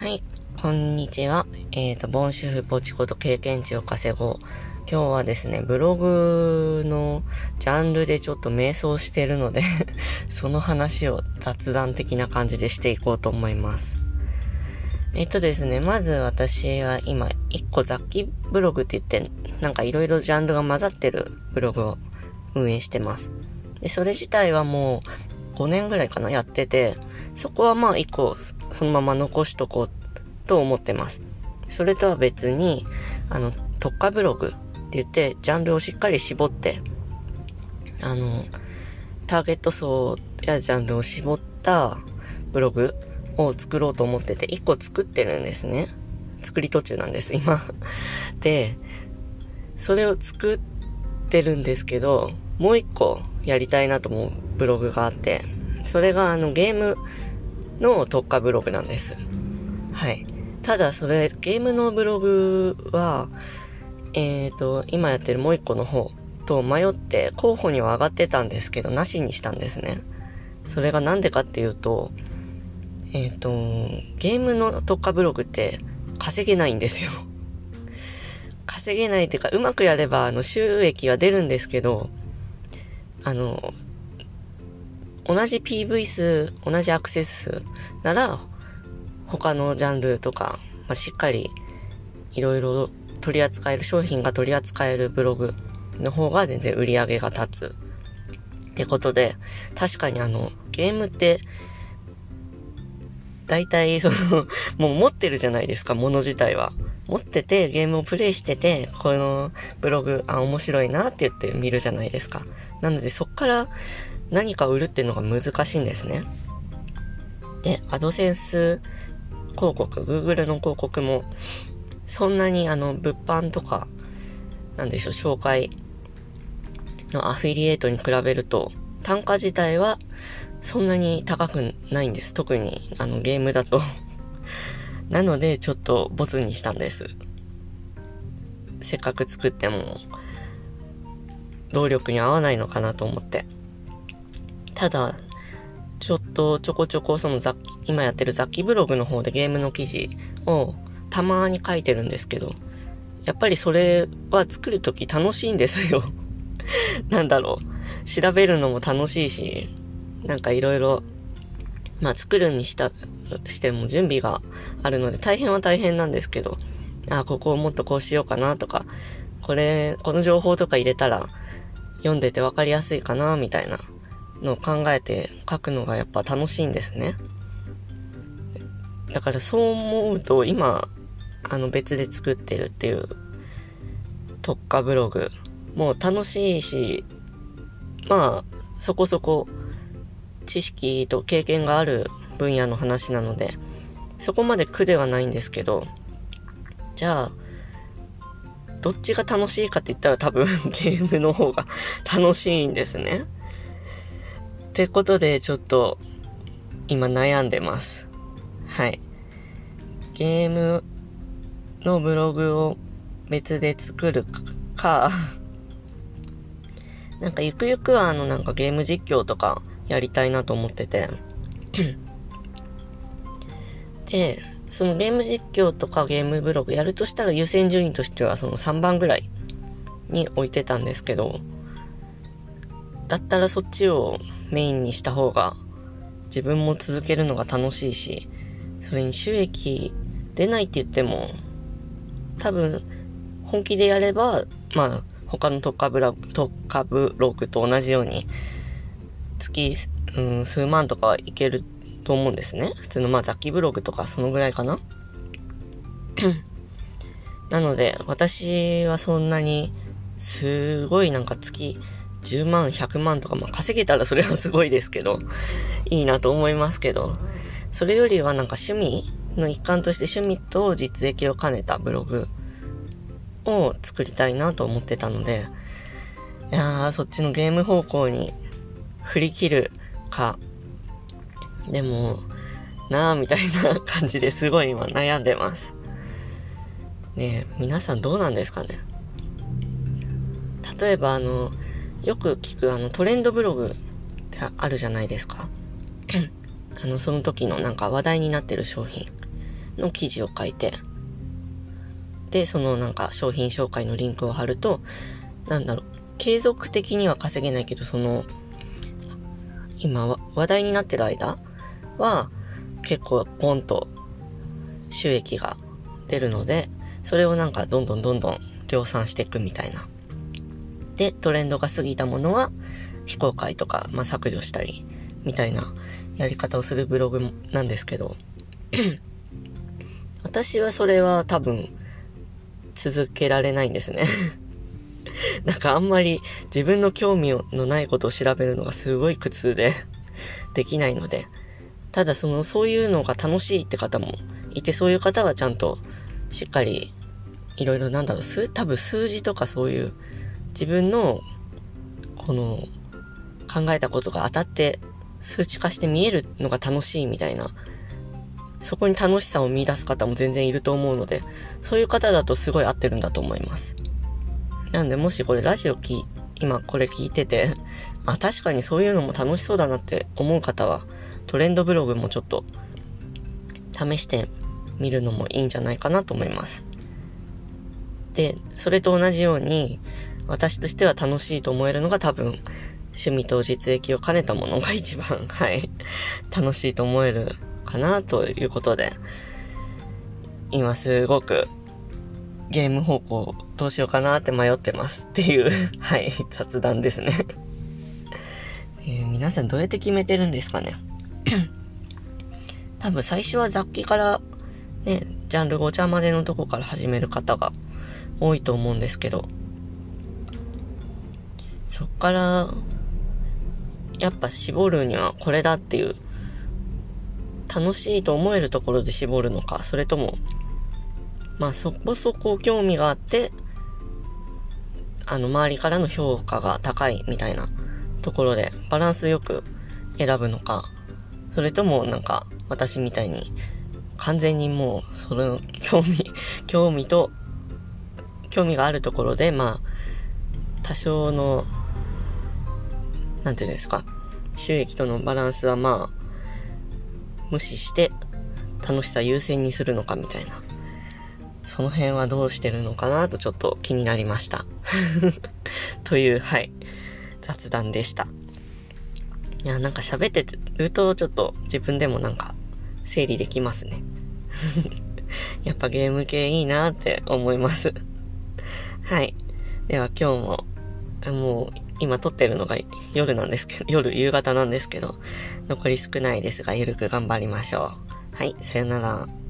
はい、こんにちは。ボン主婦ポチコと経験値を稼ごう。今日はですね、ブログのジャンルでちょっと迷走してるのでその話を雑談的な感じでしていこうと思います。ですね、まず私は今、一個雑記ブログって言って、なんかいろいろジャンルが混ざってるブログを運営してます。で、それ自体はもう5年ぐらいかな、やってて、そこはまあ一個そのまま残しとこうと思ってます。それとは別に、特化ブログって言って、ジャンルをしっかり絞って、ターゲット層やジャンルを絞ったブログを作ろうと思ってて、1個作ってるんですね。作り途中なんです、今。で、それを作ってるんですけど、もう1個やりたいなと思うブログがあって、それがゲームの特化ブログなんです。はい。ただそれ、ゲームのブログは、今やってるもう1個の方と迷って候補には上がってたんですけど、なしにしたんですね。それがなんでかっていうと、ゲームの特化ブログって稼げないんですよ。稼げないっていうか、うまくやれば収益は出るんですけど、同じ PV 数、同じアクセス数なら、他のジャンルとか、しっかりいろいろ取り扱える、商品が取り扱えるブログの方が全然売り上げが立つ。ってことで、確かにゲームって、大体もう持ってるじゃないですか、もの自体は。持ってて、ゲームをプレイしてて、このブログ、面白いなって言って見るじゃないですか。なので、そっから何か売るっていうのが難しいんですね。で、アドセンス広告、Google の広告も、そんなに物販とか、なんでしょう、紹介のアフィリエイトに比べると、単価自体はそんなに高くないんです。特にゲームだと。なので、ちょっとボツにしたんです。せっかく作っても、労力に合わないのかなと思って。ただ、ちょこちょこ今やってる雑記ブログの方でゲームの記事をたまに書いてるんですけど、やっぱりそれは作るとき楽しいんですよ。なんだろう。調べるのも楽しいし、なんかいろいろ、作るにしても準備があるので大変は大変なんですけど、ここをもっとこうしようかなとか、この情報とか入れたら読んでてわかりやすいかなみたいなのを考えて書くのがやっぱ楽しいんですね。だからそう思うと今別で作ってるっていう特化ブログもう楽しいし、そこそこ知識と経験がある分野の話なのでそこまで苦ではないんですけど、じゃあどっちが楽しいかって言ったら多分ゲームの方が楽しいんですね。ってことでちょっと今悩んでます。はい。ゲームのブログを別で作るかなんかゆくゆくはなんかゲーム実況とかやりたいなと思っててで、そのゲーム実況とかゲームブログやるとしたら優先順位としてはその3番ぐらいに置いてたんですけど、だったらそっちをメインにした方が自分も続けるのが楽しいし、それに収益出ないって言っても多分本気でやれば他の特化ブログと同じように月、数万とかはいけると思うんですね。普通の雑記ブログとかそのぐらいかななので私はそんなにすごいなんか月10万100万とか稼げたらそれはすごいですけどいいなと思いますけど、それよりはなんか趣味の一環として趣味と実益を兼ねたブログを作りたいなと思ってたので、そっちのゲーム方向に振り切るかでもみたいな感じですごい今悩んでますね。皆さんどうなんですかね。例えばよく聞くトレンドブログってあるじゃないですかその時のなんか話題になってる商品の記事を書いて、で、そのなんか商品紹介のリンクを貼ると、継続的には稼げないけど、今話題になってる間は結構ポンと収益が出るので、それをなんかどんどん量産していくみたいな。で、トレンドが過ぎたものは非公開とか、削除したりみたいなやり方をするブログなんですけど私はそれは多分続けられないんですねなんかあんまり自分の興味のないことを調べるのがすごい苦痛でできないので、ただそういうのが楽しいって方もいて、そういう方はちゃんとしっかりいろいろ多分数字とかそういう自分のこの考えたことが当たって数値化して見えるのが楽しいみたいな、そこに楽しさを見出す方も全然いると思うので、そういう方だとすごい合ってるんだと思います。なんでもしこれラジオ今これ聞いてて、確かにそういうのも楽しそうだなって思う方は、トレンドブログもちょっと試してみるのもいいんじゃないかなと思います。で、それと同じように、私としては楽しいと思えるのが多分、趣味と実益を兼ねたものが一番、楽しいと思えるかなということで、今すごくゲーム方向どうしようかなって迷ってますっていう雑談ですね皆さんどうやって決めてるんですかね多分最初は雑記からね、ジャンルごちゃ混ぜのとこから始める方が多いと思うんですけど、そっからやっぱ絞るにはこれだっていう楽しいと思えるところで絞るのか、それともそこそこ興味があって周りからの評価が高いみたいなところでバランスよく選ぶのか、それとも私みたいに完全にもうその興味があるところで多少のなんていうんですか、収益とのバランスは無視して楽しさ優先にするのかみたいな、その辺はどうしてるのかなとちょっと気になりましたという雑談でした。いや喋ってるとちょっと自分でも整理できますねやっぱゲーム系いいなって思いますでは今日もう今撮ってるのが夕方なんですけど、残り少ないですがゆるく頑張りましょう。さよなら。